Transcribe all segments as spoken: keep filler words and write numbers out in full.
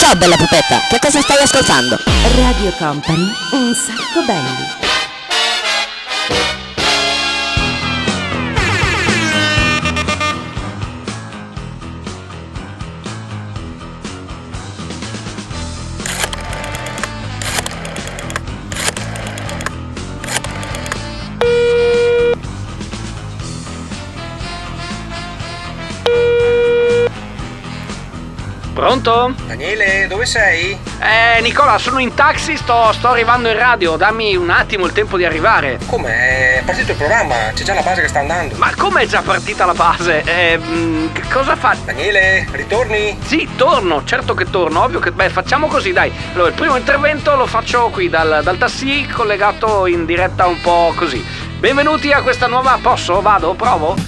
Ciao bella pupetta, che cosa stai ascoltando? Radio Company, un sacco belli. Pronto? Daniele, dove sei? Eh, Nicola, sono in taxi, sto, sto arrivando in radio, dammi un attimo il tempo di arrivare. Come? È partito il programma, c'è già la base che sta andando. Ma come è già partita la base? Eh, mh, che cosa fa? Daniele, ritorni? Sì, torno, certo che torno, ovvio che... Beh, facciamo così, dai. Allora, il primo intervento lo faccio qui dal, dal taxi, collegato in diretta un po' così. Benvenuti a questa nuova... Posso? Vado? Provo?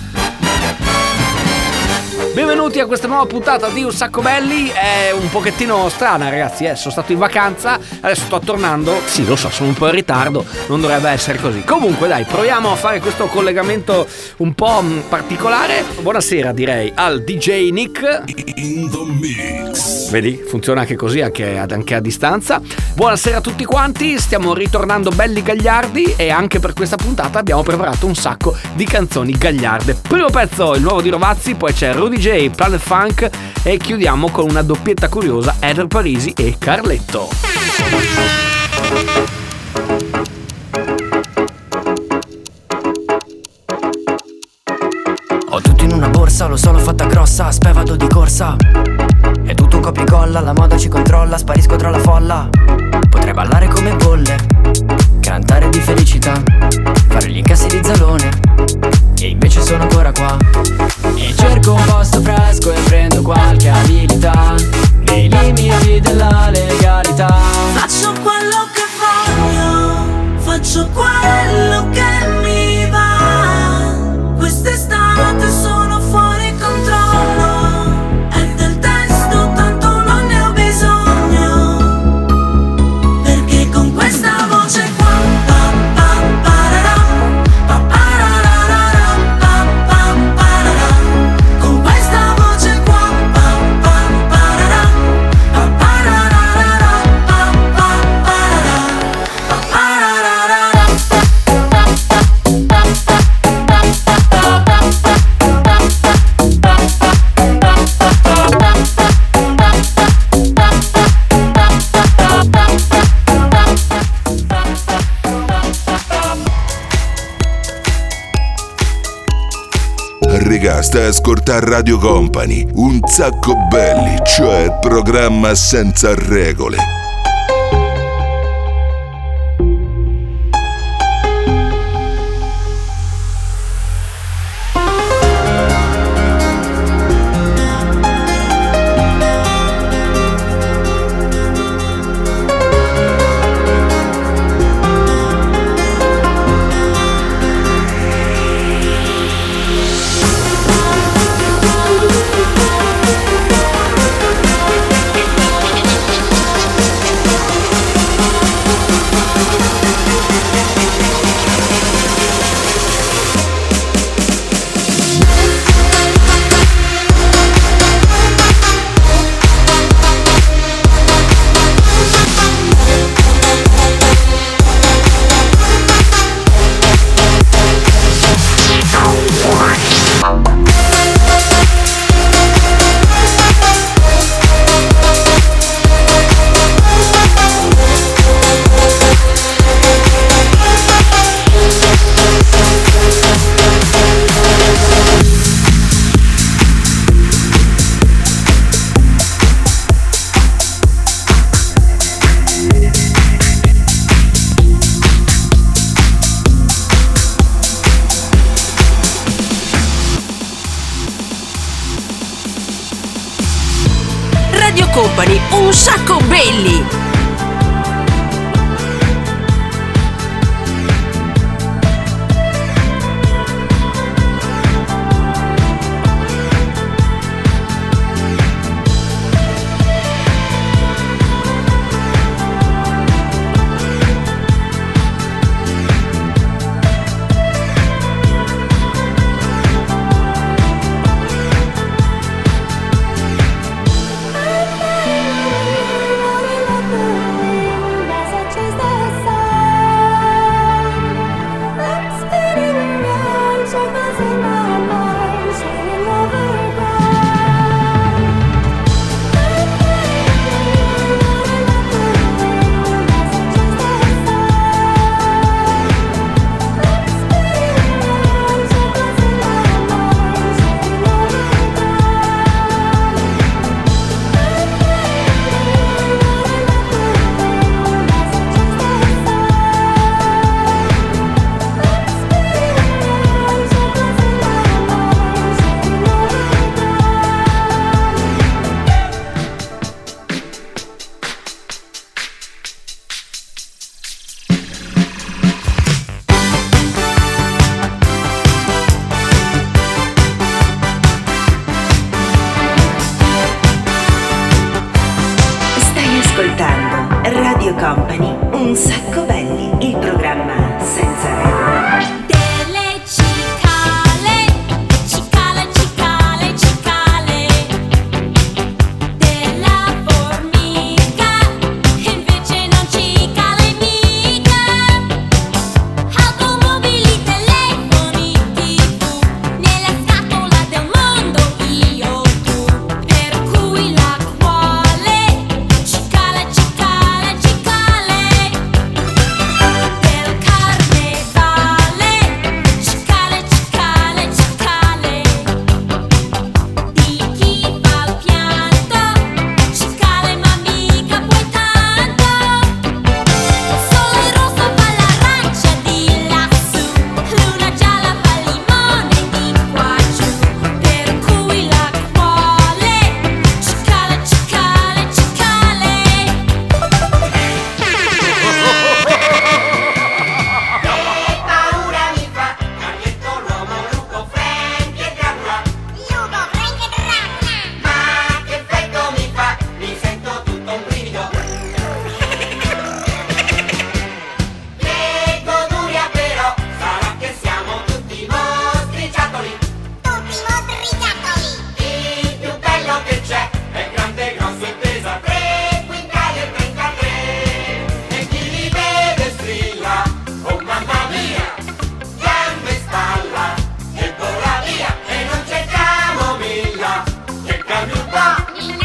Benvenuti a questa nuova puntata di Un Sacco Belli. È un pochettino strana, ragazzi, eh. Sono stato in vacanza, adesso sto tornando. Sì, lo so, sono un po' in ritardo, non dovrebbe essere così. Comunque dai, proviamo a fare questo collegamento un po' particolare. Buonasera, direi, al D J Nick in the mix. Vedi, funziona anche così, anche, anche a distanza. Buonasera a tutti quanti, stiamo ritornando belli gagliardi e anche per questa puntata abbiamo preparato un sacco di canzoni gagliarde. Primo pezzo, il nuovo di Rovazzi, poi c'è Rudy J, Planet Funk e chiudiamo con una doppietta curiosa, Eder Parisi e Carletto. Ho tutto in una borsa, lo so, l'ho fatta grossa, aspetta vado di corsa. È tutto un copia e incolla, la moda ci controlla, sparisco tra la folla. Potrei ballare come bolle, cantare di felicità, fare gli incassi di Zalone, e invece sono ancora qua. E cerco un posto fresco e prendo qualche abilità nei limiti della legalità. Faccio quello che voglio, faccio quello che mi va. Quest'estate sono fuori controllo, è del testo tanto non ne ho bisogno, perché con questa voce qua pa, pa, pararà, pa, pararà, pa, pa, pararà. Con questa voce qua pa, pa, pararà, pa, pararà, pa, pa, pararà, pa, pararà. Raga, stai a ascoltare Radio Company, Un Sacco Belli, cioè il programma senza regole. Radio Company, Un Sacco Belli. Company, un sacco belli, il programma senza regole. Delle cicale, cicale, cicale, cicale, della formica, invece non cicale mica. Automobili, telefoni, tivù, nella scatola del mondo io tu, per cui la quale cicale, cicale, cicale, del carnevale, cicale, cicale, cicale, di chi fa il pianto, cicale ma mica poi tanto. Sole rosso fa l'arancia di lassù, luna gialla fa il limone di qua giù, per cui la quale cicale, cicale, cicale. Che paura mi fa, Carletto l'uomo, Luco, Frank e Dracula. Luco, Frank e Dracula. Ma che effetto mi fa, mi sento tutto un brivido. Che goduria però, sarà che siamo tutti mostriciattoli. Tutti mostriciattoli. Il più bello che c'è è grande, grosso e pesa tre quintali e trentatré. E chi li vede strilla, oh mamma mia, gambe e spalla, e vola via, e non c'è camomilla, che cambi un po'.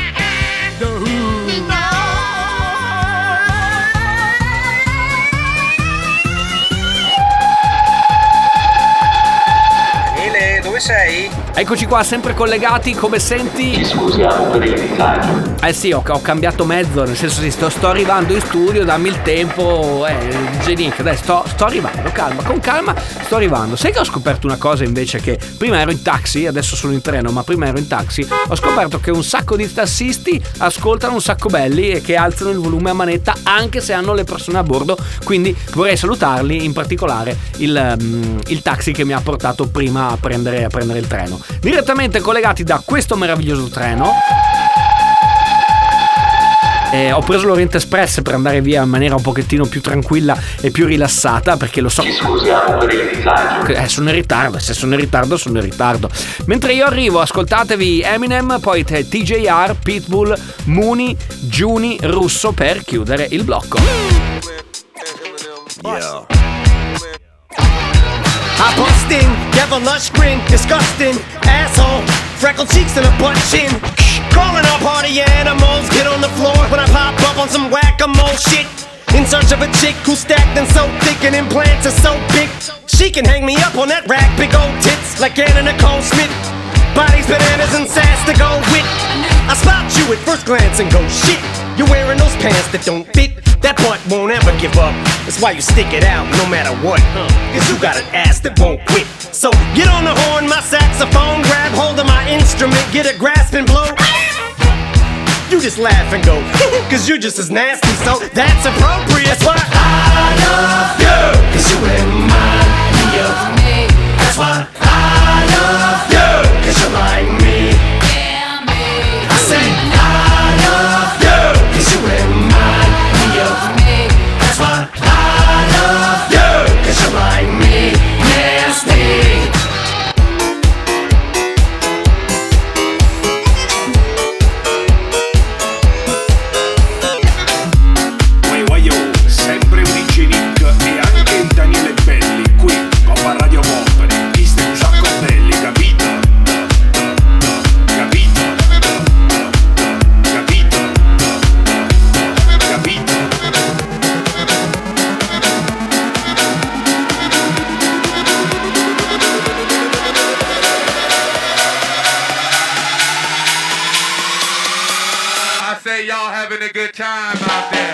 Daniele, dove sei? Eccoci qua, sempre collegati, come senti? Scusiamo per il disagio. Eh sì, ho, ho cambiato mezzo, nel senso che sto, sto arrivando in studio, dammi il tempo, eh, Genic, dai, sto, sto arrivando, calma, con calma, sto arrivando. Sai che ho scoperto una cosa invece, che prima ero in taxi, adesso sono in treno, ma prima ero in taxi, ho scoperto che un sacco di tassisti ascoltano Un Sacco Belli e che alzano il volume a manetta anche se hanno le persone a bordo, quindi vorrei salutarli, in particolare il, um, il taxi che mi ha portato prima a prendere, a prendere il treno. Direttamente collegati da questo meraviglioso treno. Eh, ho preso l'Orient Express per andare via in maniera un pochettino più tranquilla e più rilassata, perché lo so. Scusiamo per il disagio. Eh, sono in ritardo, se sono in ritardo sono in ritardo. Mentre io arrivo, ascoltatevi Eminem, poi T J R, Pitbull, Mooney, Juni, Russo per chiudere il blocco. Yo. I bust in, have a lush grin, disgusting asshole, freckled cheeks and a butt chin. Calling all party animals, get on the floor when I pop up on some whack-a-mole shit. In search of a chick who's stacked and so thick and implants are so big, she can hang me up on that rack, big old tits like Anna Nicole Smith. Bodies, bananas, and sass to go with. I spot you at first glance and go, shit, you're wearing those pants that don't fit. That butt won't ever give up. That's why you stick it out no matter what, huh? Cause you got an ass that won't quit. So get on the horn, my saxophone, grab hold of my instrument, get a grasp and blow. You just laugh and go, cause you're just as nasty, so that's appropriate. That's why I love you, cause you remind me of me. That's why I love you, cause you're like me. Yeah, me. I say I love you, cause you remind me of me. That's why I love you, cause you're like me. Nasty. Sempre un Genic e anche il Daniele Belli qui a Radio Company. Visto Un Sacco Belli, capito? Capito? Capito? Capito? I say y'all having a good time out there.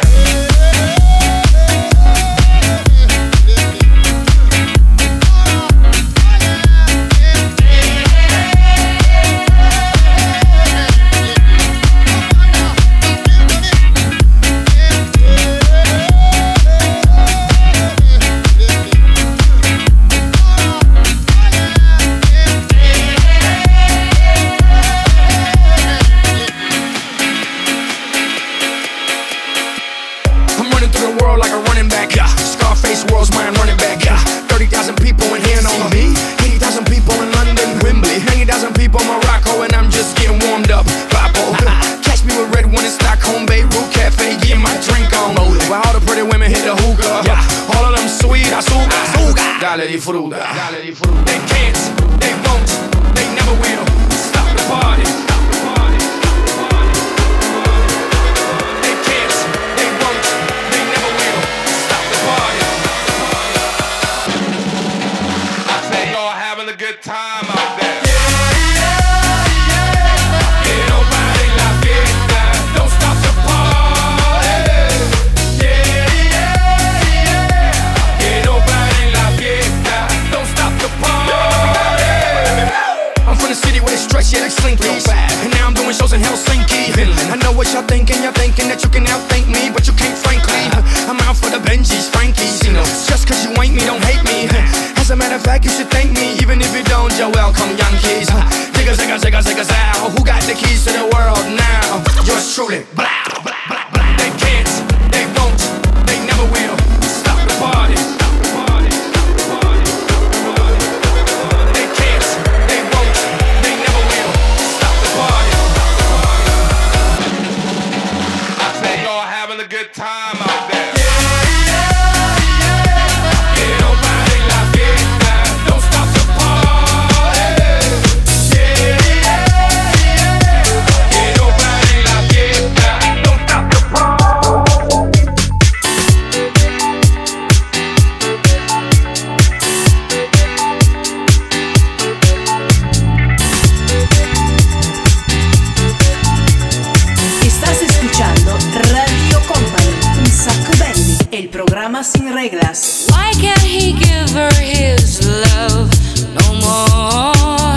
y'all thinking, you're thinking that you can outthink me, but you can't, frankly. I'm out for the Benjis, Frankies, you know. Just cause you ain't me, don't hate me. As a matter of fact, you should thank me, even if you don't, you're welcome, Yankees. Zigga, zigga, zigga, zigga, zow. Who got the keys to the world now? Yours truly. Blah, blah, blah, blah. They can't, they won't, they never will stop the party. They can't, they won't, they never will stop the party. I say y'all having a good time out there. Sin reglas. Why can't he give her his love no more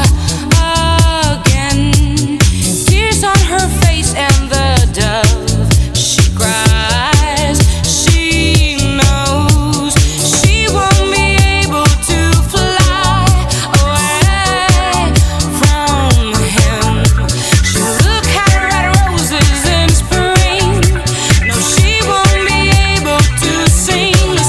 again? Tears on her face and the dove she cries. She knows she won't be able to fly away from him. She look at her red roses in spring. No, she won't be able to sing.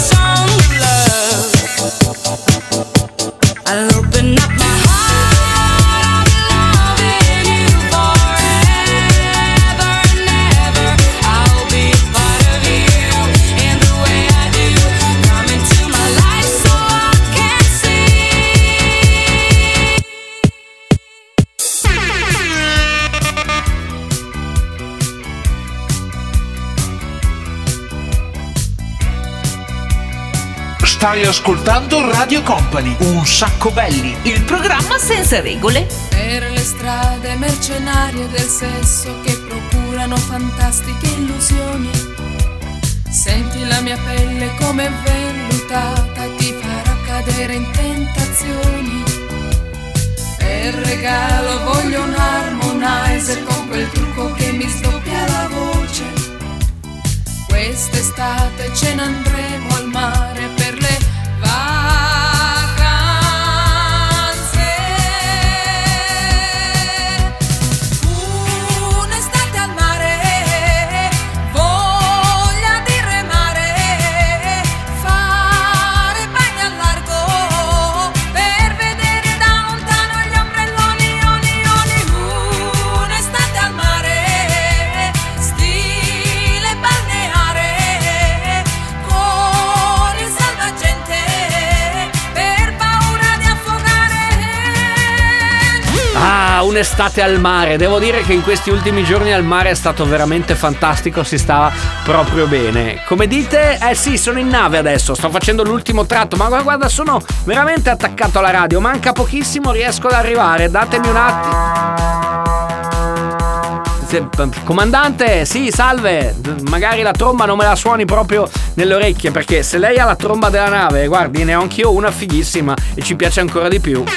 I'll open up my heart, I'll be loving you forever and ever. I'll be a part of you in the way I do. Come into my life so I can Stai ascoltando Radio Company, un sacco belli, il programma senza regole. Per le strade mercenarie del sesso che procurano fantastiche illusioni. Senti la mia pelle come vellutata e ti farà cadere in tentazioni. Per regalo voglio un harmonizer con quel trucco che mi sdoppia la voce. Quest'estate ce ne andremo al mare per le vacanze. Un'estate al mare, voglia di remare, fare bagni al largo per vedere da lontano gli ombrelloni, oni, oni. Un'estate al mare, stile balneare, con il salvagente per paura di affogare. Ah, un'estate al mare. Devo dire che in questi ultimi giorni al mare è stato veramente fantastico, si stava proprio bene. Come dite? Eh sì, sono in nave adesso, sto facendo l'ultimo tratto, ma guarda, sono veramente attaccato alla radio, manca pochissimo, riesco ad arrivare, datemi un attimo. Se- Comandante, sì, salve. Magari la tromba non me la suoni proprio nelle orecchie, perché se lei ha la tromba della nave, guardi, ne ho anch'io una fighissima e ci piace ancora di più.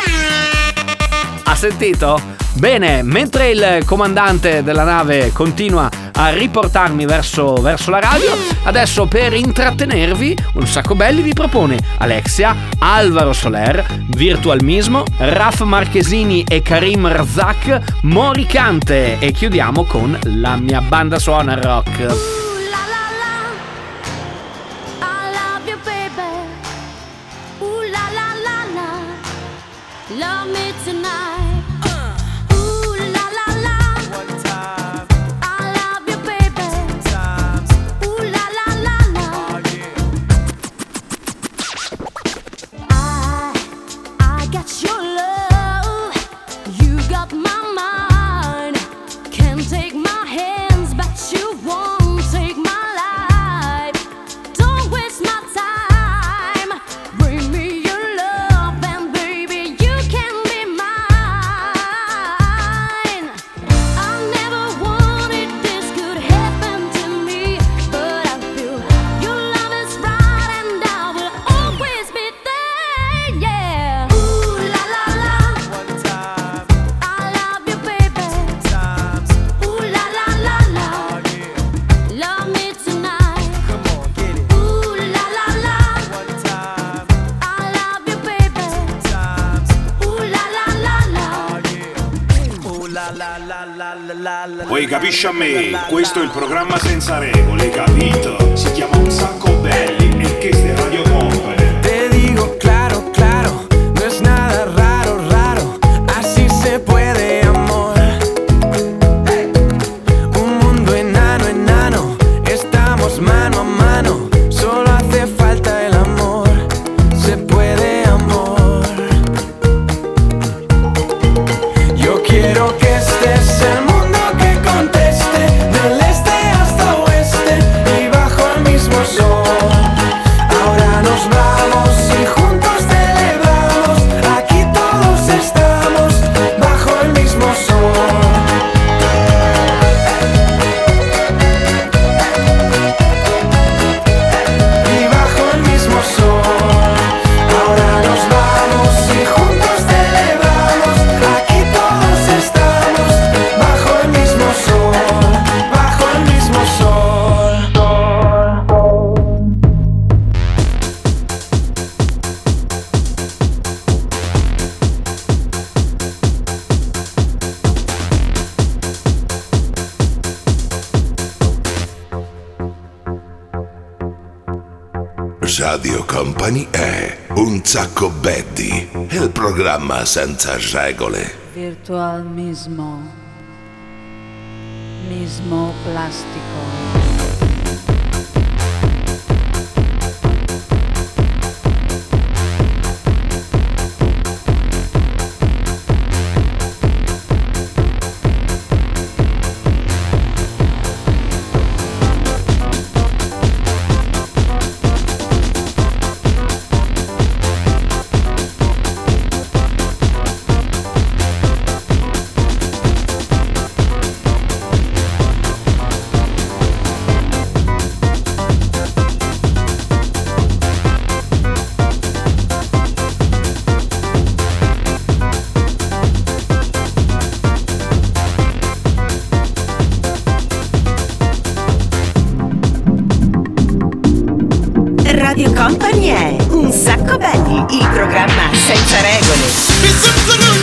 Ha sentito? Bene, mentre il comandante della nave continua a riportarmi verso, verso la radio, adesso per intrattenervi un sacco belli vi propone Alexia, Alvaro Soler, Virtual Mismo, Raf Marchesini e Karim Razak, Moricante, e chiudiamo con La mia banda suona rock. Love me tonight. Uh. Ooh la la la. One time. I love you, baby. Two times. Ooh la la la la. Oh yeah. I I got your love. You got my mind. Can't take my hands, but you won't take Poi capisci a me, questo è il programma senza regole, capito? Si chiama Un Sacco Belli e che è Radio Company. Te digo claro, claro, no es nada raro, raro, así se puede amor. Un mundo enano, enano, estamos mano a mano, solo hace falta el amor, se puede amor. Yo quiero que este es el mundo que conteste, del este hasta oeste y bajo el mismo sol. Ahora nos vamos y juntos celebramos, aquí todos estamos bajo el mismo sol. Y bajo el mismo sol. Ahora nos vamos y juntos celebramos, aquí todos estamos bajo el mismo sol, bajo el mismo sol. Radio Company è Un Sacco Belli, il programma senza regole. Virtual mismo, mismo plástico. Radio Company è Un Sacco Belli, il programma senza regole.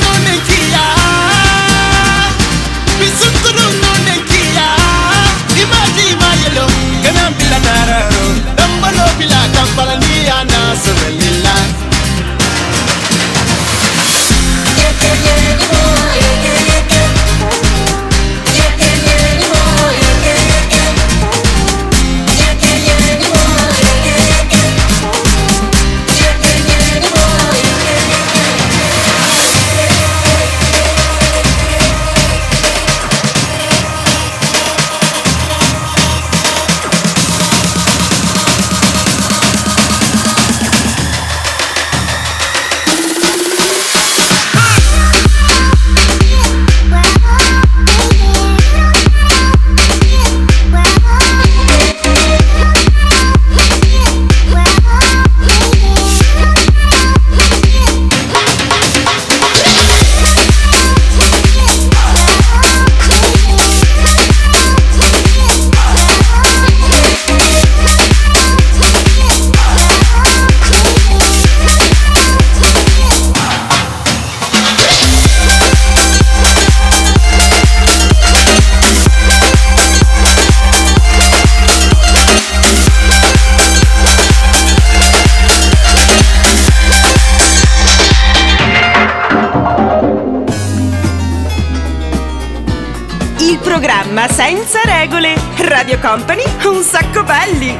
Programma senza regole. Radio Company, Un Sacco Belli.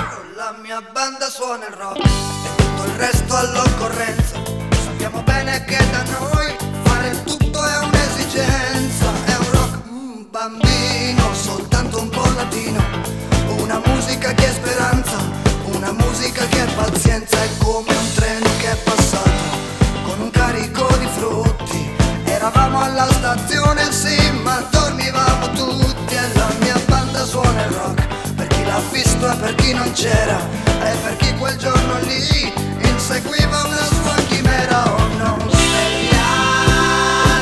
La mia banda suona il rock e tutto il resto all'occorrenza. Sappiamo bene che da noi fare tutto è un'esigenza. È un rock mm, bambino, soltanto un po' latino. Una musica che è speranza, una musica che è pazienza. È come un treno che è passato con un carico di frutti. Eravamo alla stazione, sì, ma dormivamo tutti. E la mia banda suona il rock, per chi l'ha visto e per chi non c'era, e per chi quel giorno lì inseguiva una sua chimera. Oh, non svegliare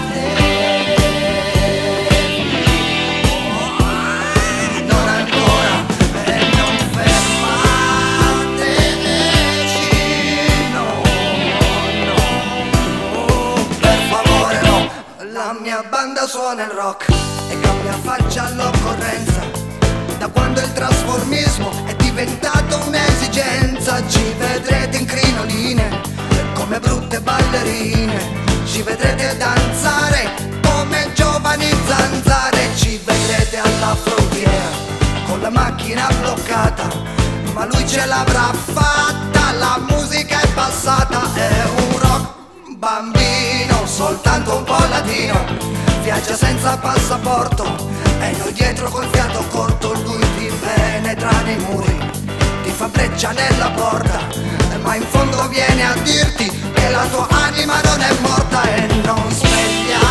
suona il rock e cambia faccia all'occorrenza. Da quando il trasformismo è diventato un'esigenza, ci vedrete in crinoline come brutte ballerine, ci vedrete danzare come giovani zanzare, ci vedrete alla frontiera con la macchina bloccata, ma lui ce l'avrà fatta, la musica è passata, è un rock bambino, soltanto un po' latino, viaggia senza passaporto e noi dietro col fiato corto, lui ti penetra nei muri, ti fa breccia nella porta, ma in fondo viene a dirti che la tua anima non è morta e non svegliate,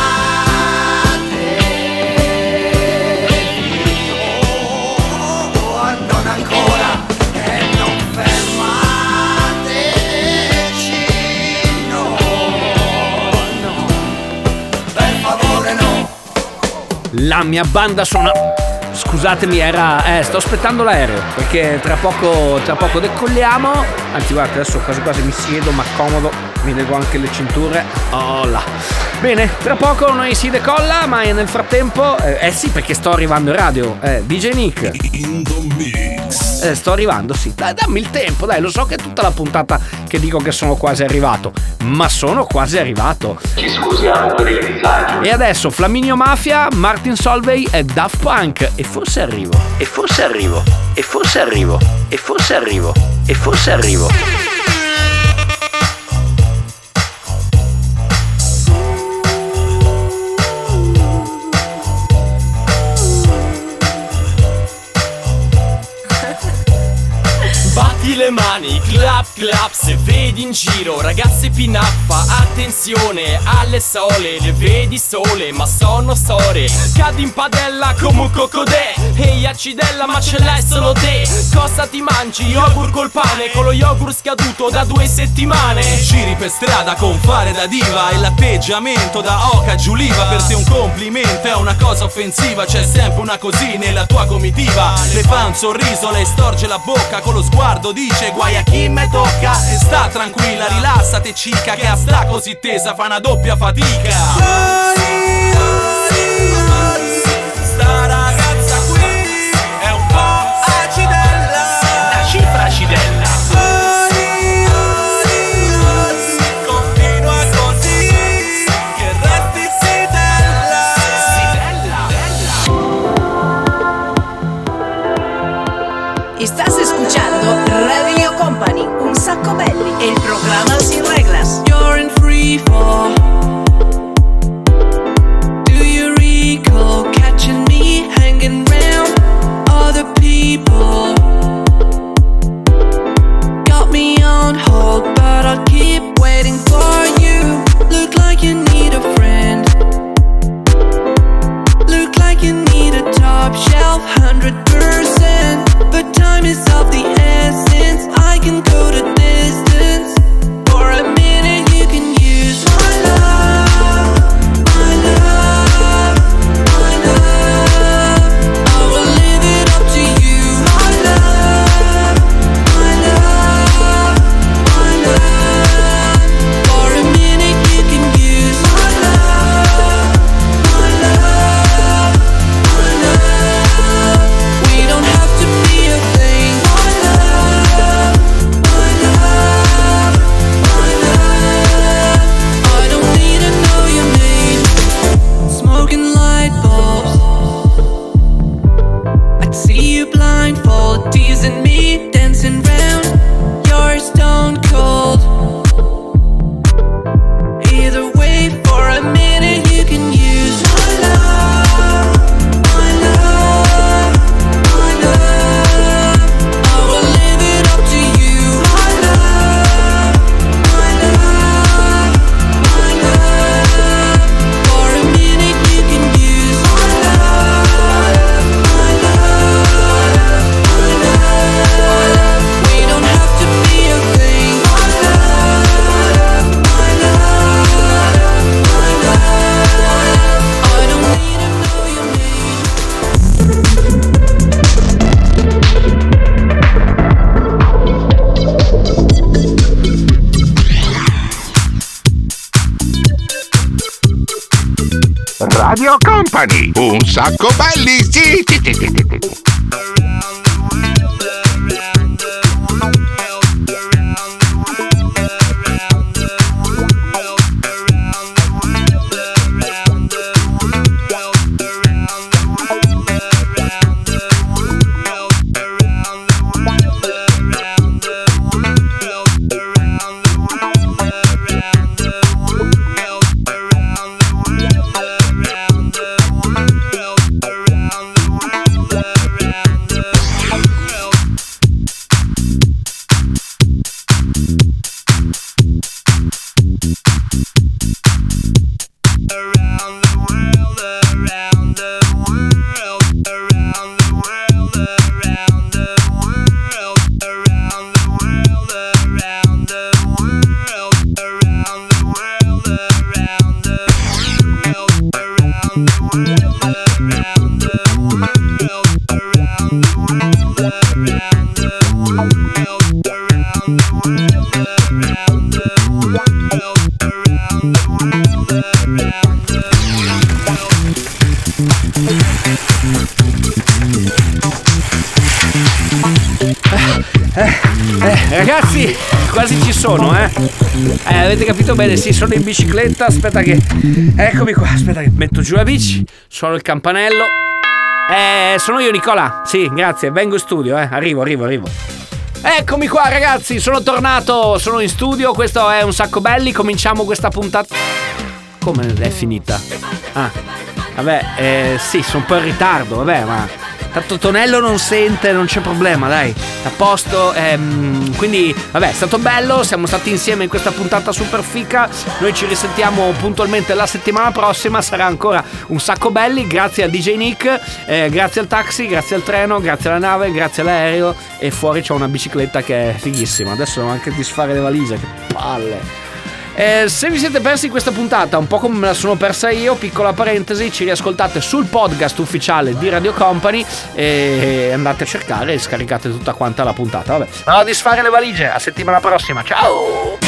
oh, non ancora, e non fermateci, no, no, per favore no. La mia banda suona... Scusatemi, era... Eh, sto aspettando l'aereo, perché tra poco, tra poco decolliamo. Anzi, guarda, adesso quasi quasi mi siedo, ma comodo. Mi lego anche le cinture. Oh là. Bene, tra poco noi si decolla, ma nel frattempo... Eh, eh sì, perché sto arrivando in radio. Eh, D J Nick. In the mix. Eh, sto arrivando, sì. Dai, dammi il tempo, dai. Lo so che è tutta la puntata che dico che sono quasi arrivato. Ma sono quasi arrivato. Ci scusiamo per il disagio. E adesso Flaminio Mafia, Martin Solveig e Daft Punk. E forse arrivo. E forse arrivo. E forse arrivo. E forse arrivo. E forse arrivo. Batti le mani, clap clap se vedi in giro ragazze pinappa, attenzione alle sole, le vedi sole ma sono storie. Cadi in padella come un cocodè, ehi accidella ma ce l'hai solo te. Cosa ti mangi? Yogurt col pane, con lo yogurt scaduto da due settimane. Giri per strada con fare da diva e l'atteggiamento da oca giuliva. Per te un complimento è una cosa offensiva, c'è sempre una così nella tua comitiva. Le fa un sorriso, lei storge la bocca, con lo sguardo dice guai a chi me tocca. E sta tranquilla, rilassate cica, che a sta così tesa fa una doppia fatica. Sta ragazza qui è un po' acidella, una cifra acidella. Continua così che resti zitella. Estás escuchando Radio Company, un sacco belli, el programa sin reglas. You're in free fall. Do you recall catching me hanging round other people? Got me on hold, but I'll keep waiting for you. Look like you need a friend. Look like you need a top shelf, hundred percent. But time is of the essence. I can go the distance. For a minute you can use my love, my love, my love. I will live it up to you. My love, my love, my love. For a minute you can use my love, my love, my love. We don't have to be a thing. My love, my love. Radio Company. Un sacco belli, sì, sì, sì, sì, sì. Eh, eh, ragazzi, quasi ci sono, eh. eh Avete capito bene? Sì, sono in bicicletta. Aspetta che... Eccomi qua, aspetta che metto giù la bici, suono il campanello. Eh, sono io, Nicola. Sì, grazie, vengo in studio, eh. Arrivo, arrivo, arrivo. Eccomi qua, ragazzi, sono tornato, sono in studio. Questo è Un Sacco Belli. Cominciamo questa puntata. Come è finita? Ah, vabbè, eh, sì, sono un po' in ritardo, vabbè, ma... Tanto Tonello non sente, non c'è problema, dai, a posto. ehm, Quindi, vabbè, è stato bello, siamo stati insieme in questa puntata super fica. Noi ci risentiamo puntualmente la settimana prossima. Sarà ancora Un Sacco Belli. Grazie al D J Nick, eh, grazie al taxi, grazie al treno, grazie alla nave, grazie all'aereo. E fuori c'ho una bicicletta che è fighissima. Adesso devo anche disfare le valigie, che palle. Eh, se vi siete persi questa puntata, un po' come me la sono persa io, piccola parentesi, ci riascoltate sul podcast ufficiale di Radio Company e andate a cercare e scaricate tutta quanta la puntata. Vabbè, vado a disfare le valigie, a settimana prossima, ciao!